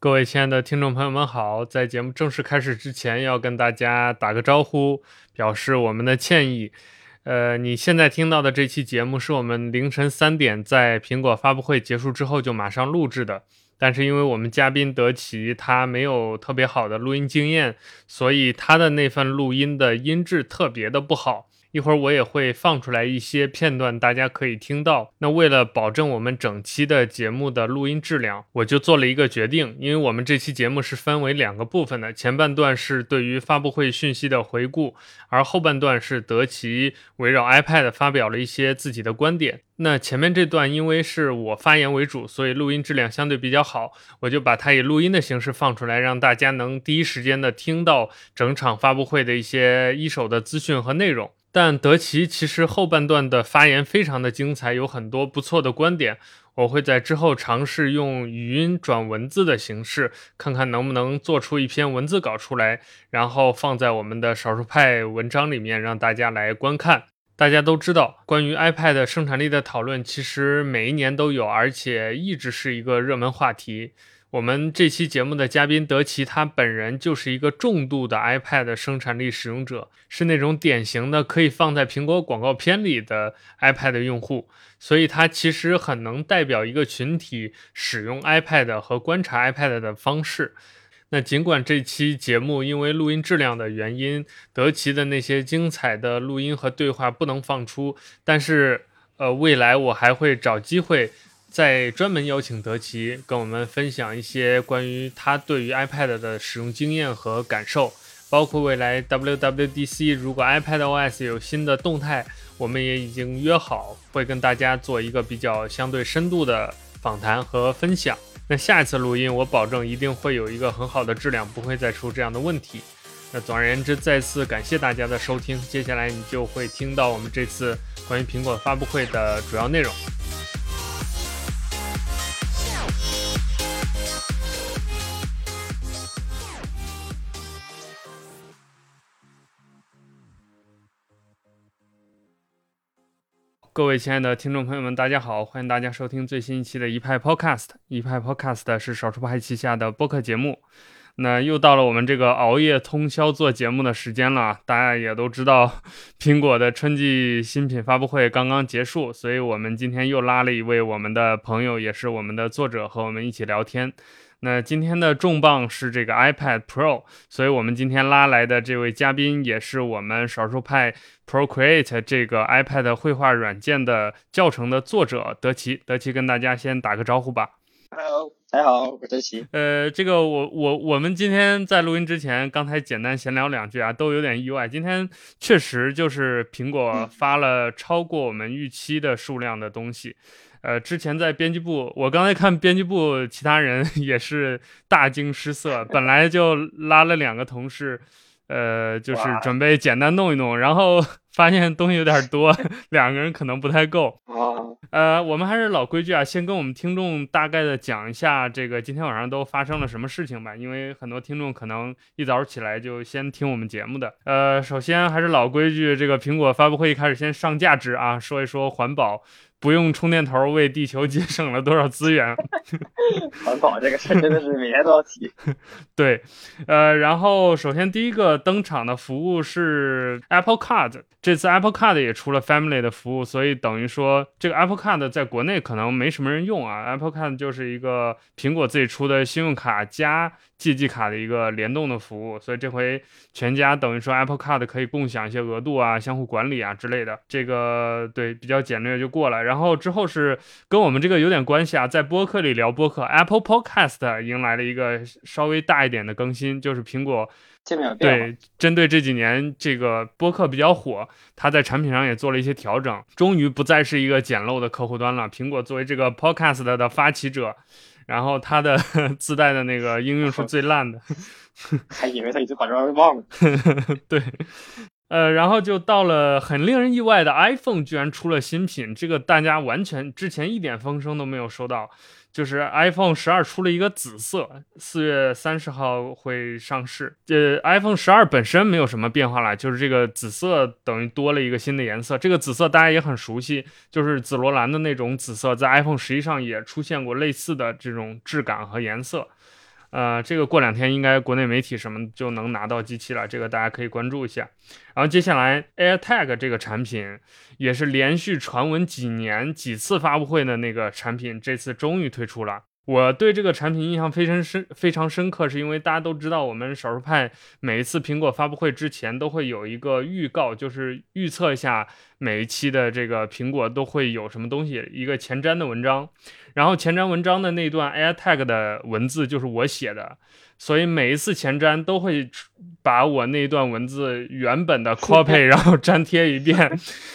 各位亲爱的听众朋友们好，在节目正式开始之前，要跟大家打个招呼，表示我们的歉意。你现在听到的这期节目是我们凌晨3点在苹果发布会结束之后就马上录制的，但是因为我们嘉宾德奇他没有特别好的录音经验，所以他的那份录音的音质特别的不好。一会儿我也会放出来一些片段，大家可以听到。那为了保证我们整期的节目的录音质量，我就做了一个决定，因为我们这期节目是分为2个部分的，前半段是对于发布会讯息的回顾，而后半段是德奇围绕 iPad 发表了一些自己的观点。那前面这段因为是我发言为主，所以录音质量相对比较好，我就把它以录音的形式放出来，让大家能第一时间的听到整场发布会的一些一手的资讯和内容。但德奇其实后半段的发言非常的精彩，有很多不错的观点，我会在之后尝试用语音转文字的形式，看看能不能做出一篇文字稿出来，然后放在我们的少数派文章里面让大家来观看。大家都知道，关于 iPad 生产力的讨论其实每一年都有，而且一直是一个热门话题。我们这期节目的嘉宾德奇，他本人就是一个重度的 iPad 生产力使用者，是那种典型的可以放在苹果广告片里的 iPad 用户，所以他其实很能代表一个群体使用 iPad 和观察 iPad 的方式。那尽管这期节目因为录音质量的原因，德奇的那些精彩的录音和对话不能放出，但是未来我还会找机会再专门邀请德奇跟我们分享一些关于他对于 iPad 的使用经验和感受，包括未来 WWDC 如果 iPadOS 有新的动态，我们也已经约好会跟大家做一个比较相对深度的访谈和分享。那下一次录音我保证一定会有一个很好的质量，不会再出这样的问题。那总而言之，再次感谢大家的收听，接下来你就会听到我们这次关于苹果发布会的主要内容。各位亲爱的听众朋友们，大家好，欢迎大家收听最新一期的一派 Podcast。一派 Podcast 是少数派旗下的播客节目。那又到了我们这个熬夜通宵做节目的时间了，大家也都知道苹果的春季新品发布会刚刚结束，所以我们今天又拉了一位我们的朋友，也是我们的作者和我们一起聊天。那今天的重磅是这个 iPad Pro， 所以我们今天拉来的这位嘉宾也是我们少数派 Procreate 这个 iPad 绘画软件的教程的作者德奇。德奇跟大家先打个招呼吧。 Hello，大家好，我是德奇。 这个我们今天在录音之前，刚才简单闲聊2句啊，都有点意外。今天确实就是苹果发了超过我们预期的数量的东西。之前在编辑部，我刚才看编辑部其他人也是大惊失色，本来就拉了2个同事，就是准备简单弄一弄，然后发现东西有点多，2个人可能不太够。我们还是老规矩啊，先跟我们听众大概的讲一下这个今天晚上都发生了什么事情吧，因为很多听众可能一早起来就先听我们节目的。首先还是老规矩，这个苹果发布会一开始先上价值啊，说一说环保。不用充电头为地球节省了多少资源？ 环保这个事真的是每天都要提。 对，然后首先第一个登场的服务是 Apple Card， 这次 Apple Card 也出了 Family 的服务，所以等于说这个 Apple Card 在国内可能没什么人用啊。Apple Card 就是一个苹果自己出的信用卡加借记卡的一个联动的服务，所以这回全家等于说 Apple Card 可以共享一些额度啊、相互管理啊之类的，这个对比较简略就过了。然后之后是跟我们这个有点关系啊，在播客里聊播客 Apple Podcast 迎来了一个稍微大一点的更新，就是苹果对针对这几年这个播客比较火，它在产品上也做了一些调整，终于不再是一个简陋的客户端了。苹果作为这个 Podcast 的发起者，然后它的自带的那个应用是最烂的还以为他已经把这玩意忘了对，然后就到了很令人意外的 iPhone 居然出了新品，这个大家完全之前一点风声都没有收到，就是 iPhone 12出了一个紫色，4月30号会上市。iPhone 12本身没有什么变化了，就是这个紫色等于多了一个新的颜色。这个紫色大家也很熟悉，就是紫罗兰的那种紫色，在 iPhone 11上也出现过类似的这种质感和颜色。 这个过2天应该国内媒体什么就能拿到机器了，这个大家可以关注一下。然后接下来 AirTag 这个产品也是连续传闻几年几次发布会的那个产品，这次终于推出了。我对这个产品印象非常深刻，是因为大家都知道我们少数派每一次苹果发布会之前都会有一个预告，就是预测一下每一期的这个苹果都会有什么东西，一个前瞻的文章。然后前瞻文章的那段 AirTag 的文字就是我写的，所以每一次前瞻都会把我那段文字原本的 copy 然后粘贴一遍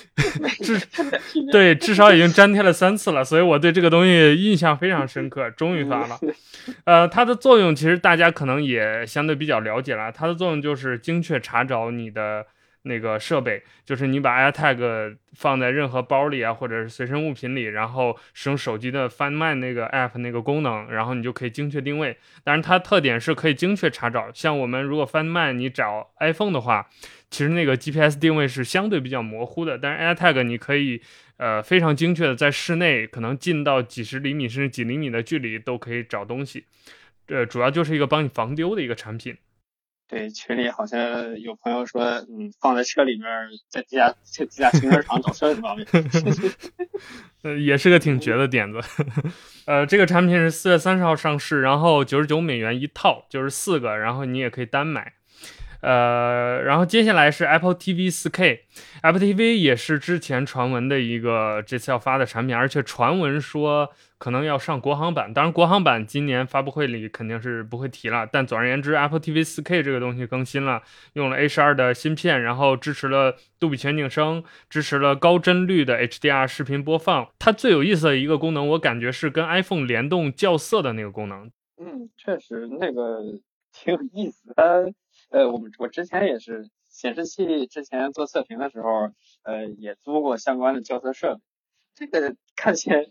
对，至少已经粘贴了3次了，所以我对这个东西印象非常深刻，终于发了。它的作用其实大家可能也相对比较了解了，它的作用就是精确查找你的那个设备，就是你把 AirTag 放在任何包里啊，或者是随身物品里，然后使用手机的 Find My 那个 app 那个功能，然后你就可以精确定位。当然它特点是可以精确查找，像我们如果 Find My 你找 iPhone 的话，其实那个 GPS 定位是相对比较模糊的，但是 AirTag 你可以非常精确的在室内可能近到几十厘米甚至几厘米的距离都可以找东西。主要就是一个帮你防丢的一个产品。 对，群里好像有朋友说，放在车里面，在地下停车场找车很方便。 也是个挺绝的点子。这个产品是4月30号上市，然后$99一套，就是4个，然后你也可以单买。然后接下来是 Apple TV 4K，Apple TV 也是之前传闻的一个这次要发的产品，而且传闻说可能要上国行版，当然国行版今年发布会里肯定是不会提了，但总而言之 Apple TV 4K 这个东西更新了，用了 A12 的芯片，然后支持了杜比全景声，支持了高帧率的 HDR 视频播放。它最有意思的一个功能我感觉是跟 iPhone 联动校色的那个功能。 确实那个挺有意思。我之前也是显示器之前做测评的时候，也租过相关的校色设备。这个看起来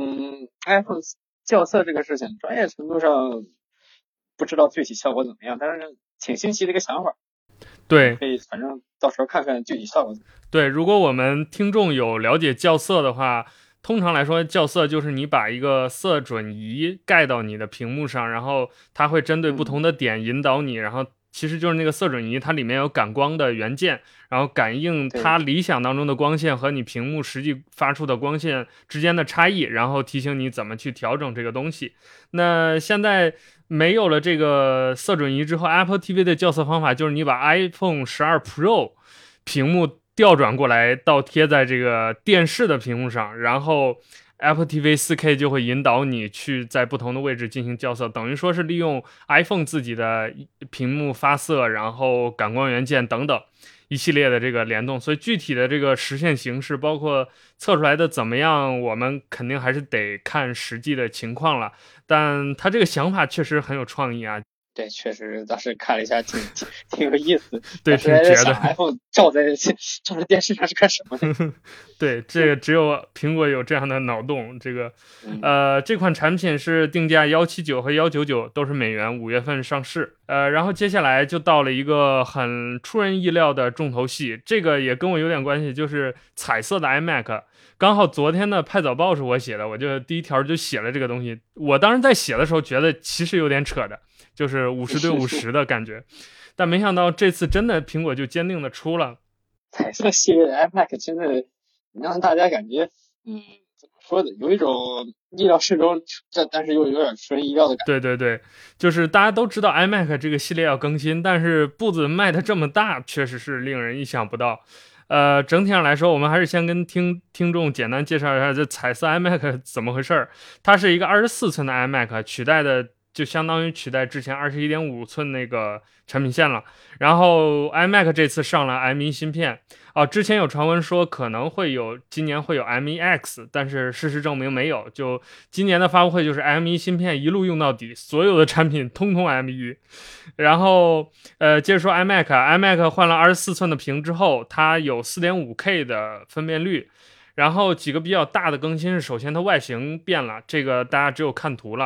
，iPhone 校色这个事情，专业程度上不知道具体效果怎么样，但是挺新奇的一个想法。 对， 可以，反正到时候看看具体效果怎么样。 对，如果我们听众有了解校色的话，通常来说，校色就是你把一个色准仪盖到你的屏幕上，然后它会针对不同的点引导你，然后其实就是那个色准仪，它里面有感光的元件，然后感应它理想当中的光线和你屏幕实际发出的光线之间的差异，然后提醒你怎么去调整这个东西。那现在没有了这个色准仪之后， Apple TV 的校色方法就是你把 iPhone 12 Pro 屏幕调转过来倒贴在这个电视的屏幕上，然后 Apple TV 4K 就会引导你去在不同的位置进行校色，等于说是利用 iPhone 自己的屏幕发色，然后感光元件等等一系列的这个联动。所以具体的这个实现形式包括测出来的怎么样，我们肯定还是得看实际的情况了，但他这个想法确实很有创意啊。 对，确实当时看了一下挺有意思。 对，挺绝的。 iPhone 照在电视上是干什么的？ 对，这个只有苹果有这样的脑洞。这个这款产品是定价179和199，都是美元，5月份上市。然后接下来就到了一个很出人意料的重头戏，这个也跟我有点关系，就是彩色的 iMac。刚好昨天的派早报是我写的，我就第一条就写了这个东西。我当时在写的时候觉得其实有点扯的，就是50对50的感觉，但没想到这次真的苹果就坚定的出了彩色系列的 iMac， 真的让大家感觉怎么说的，有一种意料之中，但是又有点出人意料的感觉。 对，就是大家都知道 iMac 这个系列要更新，但是步子迈得这么大，确实是令人意想不到。整体上来说，我们还是先跟听众简单介绍一下这彩色 iMac 怎么回事。它是一个24寸的 iMac， 取代的就相当于取代之前21.5寸那个产品线了。然后 iMac 这次上了 M1 芯片之前有传闻说可能今年会有 M1X， 但是事实证明没有，就今年的发布会就是 M1 芯片一路用到底，所有的产品通通 M1。然后接着说 iMac 换了24寸的屏之后，它有 4.5K 的分辨率。然后几个比较大的更新是，首先它外形变了，这个大家只有看图了。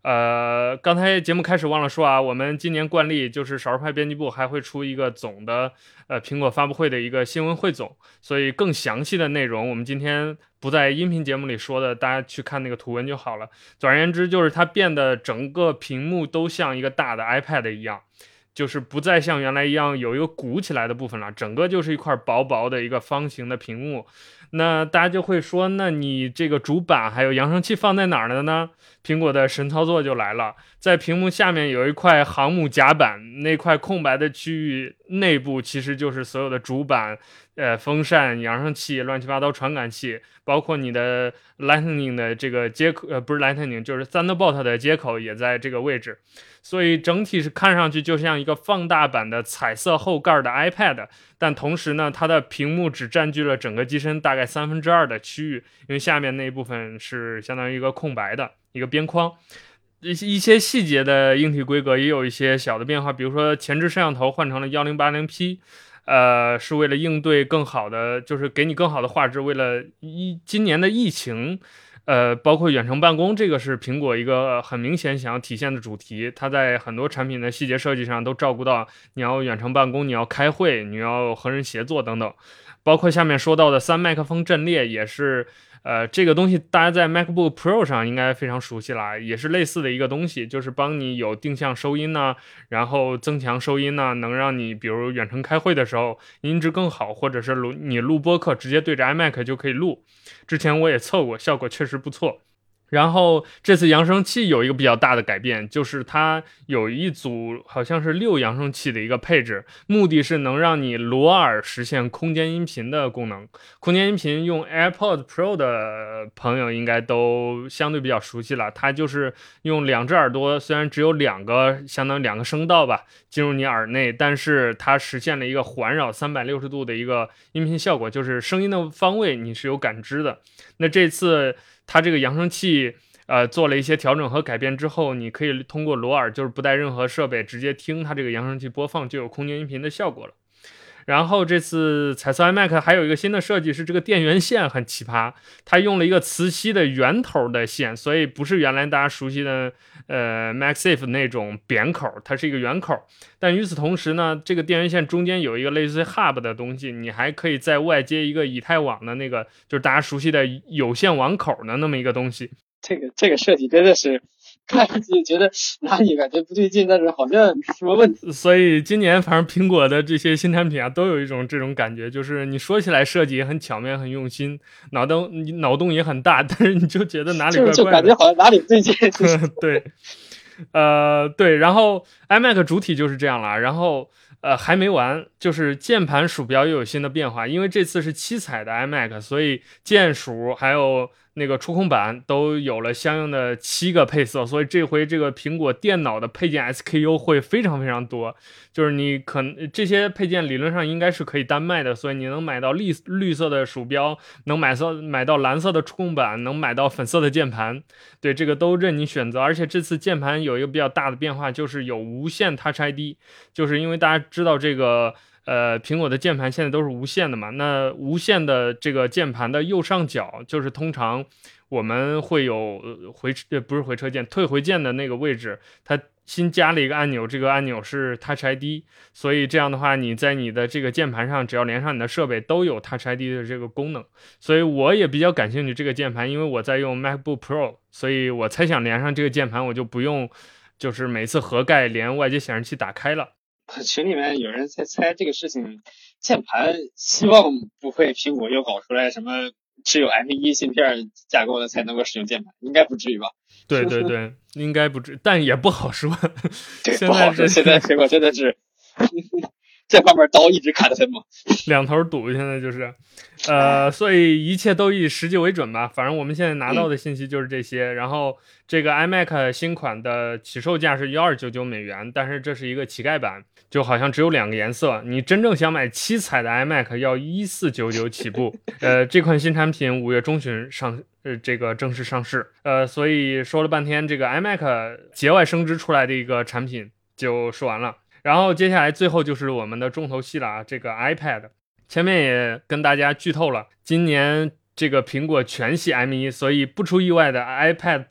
刚才节目开始忘了说啊，我们今年惯例就是少数派编辑部还会出一个总的苹果发布会的一个新闻汇总，所以更详细的内容我们今天不在音频节目里说的，大家去看那个图文就好了。总而言之，就是它变得整个屏幕都像一个大的 iPad 一样。就是不再像原来一样有一个鼓起来的部分了，整个就是一块薄薄的一个方形的屏幕。那大家就会说，那你这个主板还有扬声器放在哪儿了呢？苹果的神操作就来了，在屏幕下面有一块航母甲板，那块空白的区域内部其实就是所有的主板、风扇、扬声器、乱七八糟传感器，包括你的 Lightning 的这个接口，不是 Lightning， 就是 Thunderbolt 的接口也在这个位置。所以整体是看上去就像一个放大版的彩色后盖的 iPad， 但同时呢，它的屏幕只占据了整个机身大概2/3的区域，因为下面那一部分是相当于一个空白的一个边框。一些细节的硬体规格也有一些小的变化，比如说前置摄像头换成了 1080p， 是为了应对更好的，就是给你更好的画质，为了今年的疫情。包括远程办公，这个是苹果一个很明显想要体现的主题。它在很多产品的细节设计上都照顾到你要远程办公，你要开会，你要和人协作等等。包括下面说到的3麦克风阵列也是，这个东西大家在 MacBook Pro 上应该非常熟悉了，也是类似的一个东西，就是帮你有定向收音呐，然后增强收音呐，能让你比如远程开会的时候音质更好，或者是你录播客直接对着 iMac 就可以录。之前我也测过，效果确实不错。然后这次扬声器有一个比较大的改变，就是它有一组好像是6扬声器的一个配置，目的是能让你裸耳实现空间音频的功能。空间音频用 AirPods Pro 的朋友应该都相对比较熟悉了，它就是用2只耳朵，虽然只有相当于2个声道吧，进入你耳内，但是它实现了一个环绕360度的一个音频效果，就是声音的方位你是有感知的。那这次它这个扬声器做了一些调整和改变之后，你可以通过裸耳，就是不带任何设备，直接听它这个扬声器播放，就有空间音频的效果了。然后这次彩色 iMac 还有一个新的设计是这个电源线很奇葩，它用了一个磁吸的圆头的线，所以不是原来大家熟悉的MagSafe 那种扁口，它是一个圆口。但与此同时呢，这个电源线中间有一个类似于 hub 的东西，你还可以在外接一个以太网的那个，就是大家熟悉的有线网口的那么一个东西。 这个设计真的是看上去觉得哪里感觉不对劲，但是好像没什么问题。 所以今年反正苹果的这些新产品啊，都有一种这种感觉，就是你说起来设计也很巧妙、很用心，脑洞也很大，但是你就觉得哪里怪怪的， 就感觉好像哪里不对劲。 对，对，然后 iMac 主体就是这样了，然后还没完，就是键盘鼠标又有新的变化，因为这次是7彩的 iMac， 所以键鼠还有那个触控板都有了相应的7个配色，所以这回这个苹果电脑的配件 SKU 会非常非常多，就是你这些配件理论上应该是可以单卖的，所以你能买到绿色的鼠标，能买到蓝色的触控板，能买到粉色的键盘，对，这个都任你选择。而且这次键盘有一个比较大的变化，就是有无线 Touch ID， 就是因为大家知道这个苹果的键盘现在都是无线的嘛，那无线的这个键盘的右上角就是通常我们会有不是回车键，退回键的那个位置，它新加了一个按钮，这个按钮是 Touch ID， 所以这样的话你在你的这个键盘上只要连上你的设备都有 Touch ID 的这个功能，所以我也比较感兴趣这个键盘，因为我在用 MacBook Pro， 所以我才想连上这个键盘，我就不用就是每次盒盖连外接显示器打开了。 群里面有人在猜这个事情，键盘希望不会苹果又搞出来什么只有 M1 芯片架构的才能够使用键盘，应该不至于吧？ 对对对，应该不至，但也不好说。 对，不好说。现在苹果真的是这方面刀一直砍得很猛， 两头堵，现在就是，所以一切都以实际为准吧。反正我们现在拿到的信息就是这些。然后这个 iMac 新款的起售价是$1299，但是这是一个乞丐版，就好像只有2个颜色。你真正想买7彩的 iMac 要1499起步。这款新产品5月中旬这个正式上市。所以说了半天，这个 iMac 节外生枝出来的一个产品就说完了。然后接下来最后就是我们的重头戏了啊，这个 iPad， 前面也跟大家剧透了，今年这个苹果全系 M1， 所以不出意外的 iPad Pro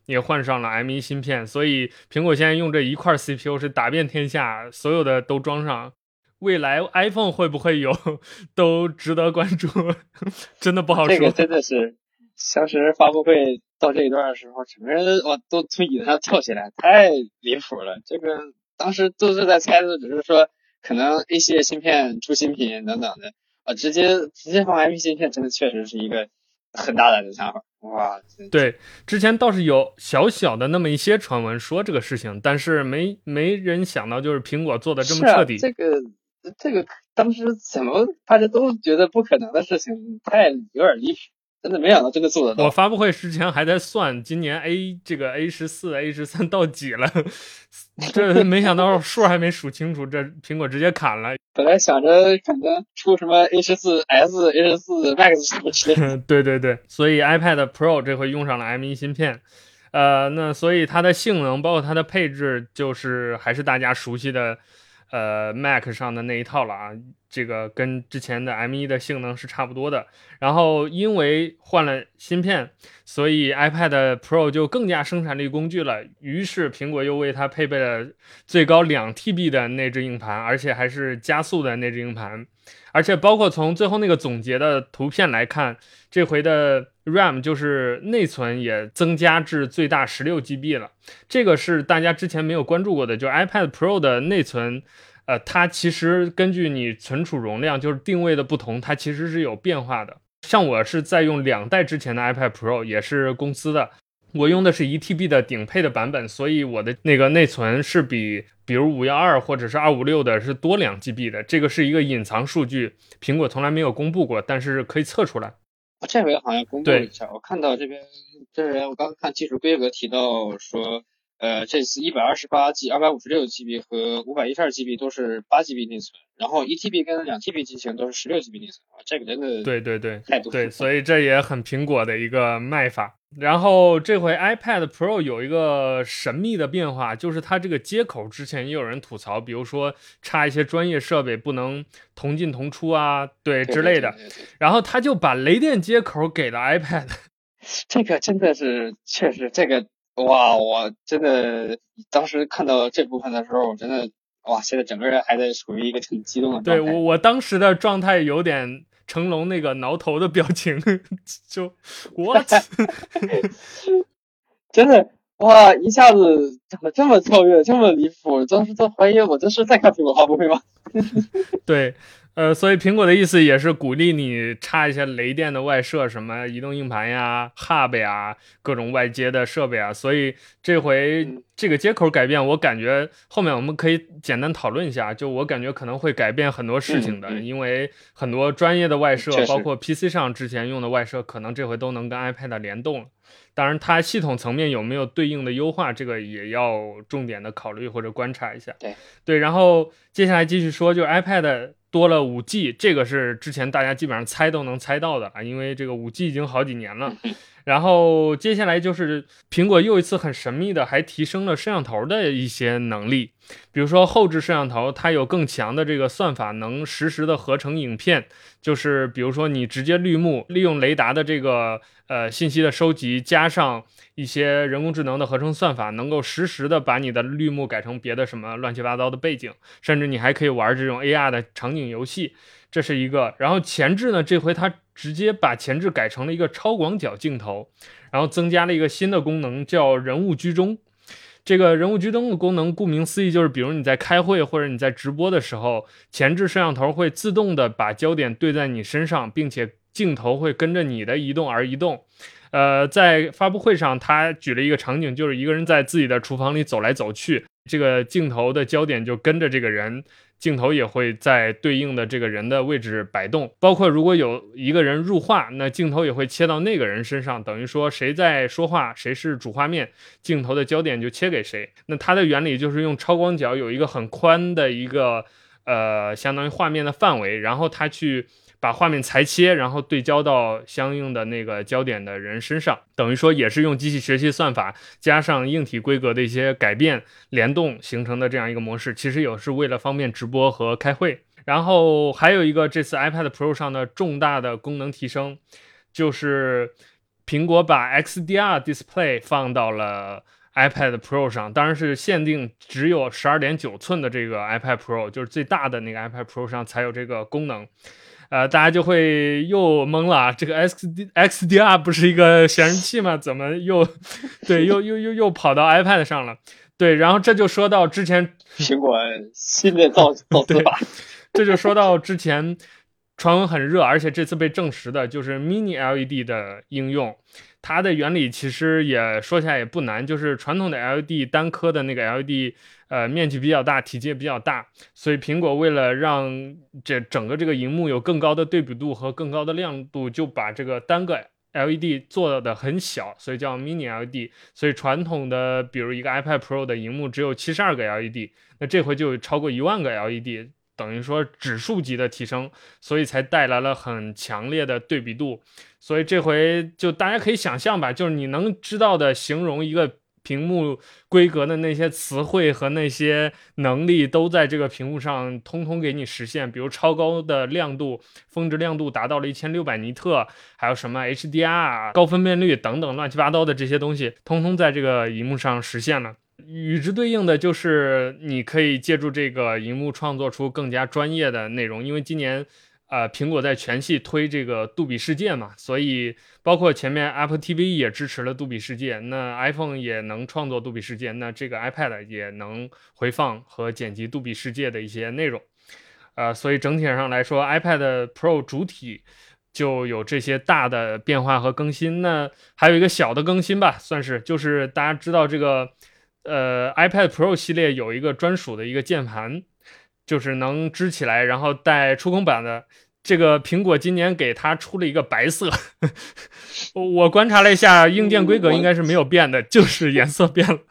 也换上了 M1 芯片，所以苹果现在用这一块 CPU 是打遍天下，所有的都装上。未来 iPhone 会不会有都值得关注，真的不好说。 这个真的是当时发布会到这一段的时候，整个人都从椅子上跳起来，太离谱了。这个当时都是在猜的，只是说可能 A 系列芯片出新品等等的，直接放 M 芯片，真的确实是一个很大胆的想法。哇， 对，之前倒是有小小的那么一些传闻说这个事情，但是没人想到就是苹果做的这么彻底。 这个当时怎么大家都觉得不可能的事情，有点离谱，真的没想到真的做得到。 我发布会之前还在算今年 这个 A14、A13 到几了，这没想到数还没数清楚，这苹果直接砍了。 本来想着可能出什么 A14S、A14 Max 什么之类的。 对对对，所以 iPad Pro 这回用上了 M1 芯片，那所以它的性能包括它的配置，就是还是大家熟悉的Mac 上的那一套了啊。这个跟之前的 M1 的性能是差不多的，然后因为换了芯片，所以 iPad Pro 就更加生产力工具了。于是苹果又为它配备了最高2TB 的内置硬盘，而且还是加速的内置硬盘。而且包括从最后那个总结的图片来看，这回的 RAM 就是内存也增加至最大16GB 了。这个是大家之前没有关注过的，就是 iPad Pro 的内存它其实根据你存储容量，就是定位的不同，它其实是有变化的。像我是在用2代之前的 iPad Pro， 也是公司的，我用的是1TB 的顶配的版本，所以我的那个内存是比如512或者是256的是多2GB 的，这个是一个隐藏数据，苹果从来没有公布过，但是可以测出来。 这回好像公布了一下，我看到这边我刚看技术规格提到说，这次128G、256GB 和512GB 都是8GB 内存，然后1TB 跟2TB 机型都是16GB 内存，这个真的对太多了。 对，所以这也很苹果的一个卖法。然后这回 iPad Pro 有一个神秘的变化，就是它这个接口之前也有人吐槽，比如说插一些专业设备不能同进同出啊，对之类的。 对， 然后他就把雷电接口给了 iPad。 这个真的是确实这个哇，我真的当时看到这部分的时候，我真的哇，现在整个人还在处于一个很激动的状态。 对，我当时的状态有点成龙那个挠头的表情，就 what 真的哇，一下子怎么这么跳跃，这么离谱？当时都怀疑我这是在看苹果发布会吗？ 对，所以苹果的意思也是鼓励你插一些雷电的外设，什么移动硬盘呀、Hub 呀、各种外接的设备啊。所以这回这个接口改变，我感觉后面我们可以简单讨论一下。就我感觉可能会改变很多事情的，因为很多专业的外设，包括 PC 上之前用的外设，可能这回都能跟 iPad 联动了。当然，它系统层面有没有对应的优化，这个也要重点的考虑或者观察一下。对，然后接下来继续说，就 iPad 多了 5G， 这个是之前大家基本上猜都能猜到的啊，因为这个 5G 已经好几年了。然后接下来就是苹果又一次很神秘的还提升了摄像头的一些能力，比如说后置摄像头它有更强的这个算法，能实时的合成影片，就是比如说你直接绿幕，利用雷达的这个信息的收集，加上一些人工智能的合成算法，能够实时的把你的绿幕改成别的什么乱七八糟的背景，甚至你还可以玩这种 AR 的场景游戏，这是一个。然后前置呢，这回它直接把前置改成了一个超广角镜头，然后增加了一个新的功能叫人物居中。这个人物居中的功能顾名思义，就是比如你在开会或者你在直播的时候，前置摄像头会自动的把焦点对在你身上，并且镜头会跟着你的移动而移动。在发布会上他举了一个场景，就是一个人在自己的厨房里走来走去，这个镜头的焦点就跟着这个人，镜头也会在对应的这个人的位置摆动。包括如果有一个人入画，那镜头也会切到那个人身上，等于说谁在说话，谁是主画面，镜头的焦点就切给谁。那它的原理就是用超广角有一个很宽的一个相当于画面的范围，然后它去把画面裁切，然后对焦到相应的那个焦点的人身上，等于说也是用机器学习算法加上硬体规格的一些改变联动形成的这样一个模式，其实也是为了方便直播和开会。然后还有一个这次 iPad Pro 上的重大的功能提升，就是苹果把 XDR Display 放到了 iPad Pro 上，当然是限定只有 12.9 寸的这个 iPad Pro， 就是最大的那个 iPad Pro 上才有这个功能。大家就会又懵了，这个 XDR 不是一个显示器吗？怎么又跑到 iPad 上了？对，然后这就说到之前苹果新的造字法， 这就说到之前传闻很热，而且这次被证实的就是 Mini LED 的应用。它的原理其实也说起来也不难，就是传统的 LED 单颗的那个 LED，面积比较大，体积也比较大，所以苹果为了让整个这个荧幕有更高的对比度和更高的亮度，就把这个单个 LED 做的很小，所以叫 Mini LED。所以传统的比如一个 iPad Pro 的荧幕只有72个 LED， 那这回就有超过1万个 LED， 等于说指数级的提升，所以才带来了很强烈的对比度。所以这回就大家可以想象吧，就是你能知道的形容一个屏幕规格的那些词汇和那些能力都在这个屏幕上通通给你实现，比如超高的亮度，峰值亮度达到了1600尼特，还有什么 HDR 高分辨率等等乱七八糟的这些东西通通在这个荧幕上实现了。与之对应的就是你可以借助这个荧幕创作出更加专业的内容，因为今年苹果在全系推这个杜比世界嘛，所以包括前面 Apple TV 也支持了杜比世界，那 iPhone 也能创作杜比世界，那这个 iPad 也能回放和剪辑杜比世界的一些内容。所以整体上来说 iPad Pro 主体就有这些大的变化和更新。那还有一个小的更新吧，算是就是大家知道这个iPad Pro 系列有一个专属的一个键盘，就是能支起来然后带触控板的。这个苹果今年给它出了一个白色我观察了一下硬件规格应该是没有变的，就是颜色变了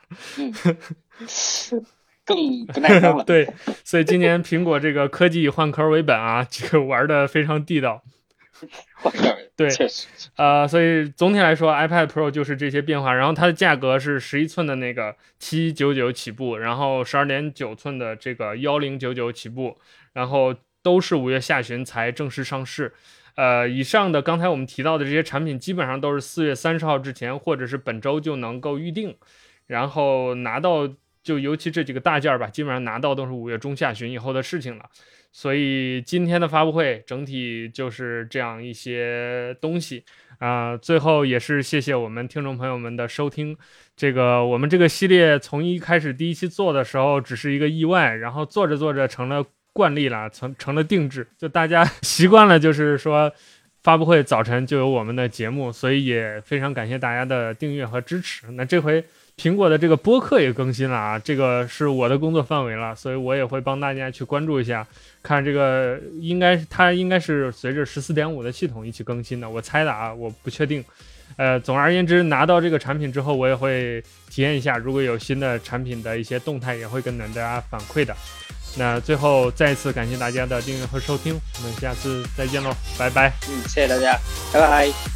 更不耐脏了对，所以今年苹果这个科技以换壳为本啊，这个玩的非常地道对， 确实所以总体来说 iPad Pro 就是这些变化，然后它的价格是11寸的那个799起步，然后12.9寸的这个1099起步，然后都是5月下旬才正式上市。以上的刚才我们提到的这些产品基本上都是4月30号之前或者是本周就能够预定，然后拿到就尤其这几个大件吧，基本上拿到都是5月中下旬以后的事情了。所以今天的发布会整体就是这样一些东西最后也是谢谢我们听众朋友们的收听。我们这个系列从一开始第一期做的时候只是一个意外，然后做着做着成了惯例了，成了定制，就大家习惯了，就是说发布会早晨就有我们的节目，所以也非常感谢大家的订阅和支持。那这回苹果的这个播客也更新了啊，这个是我的工作范围了，所以我也会帮大家去关注一下，看这个它应该是随着 14.5 的系统一起更新的，我猜的啊，我不确定。总而言之，拿到这个产品之后，我也会体验一下，如果有新的产品的一些动态，也会跟大家反馈的。那最后再一次感谢大家的订阅和收听，我们下次再见喽，拜拜。 谢谢大家，拜拜。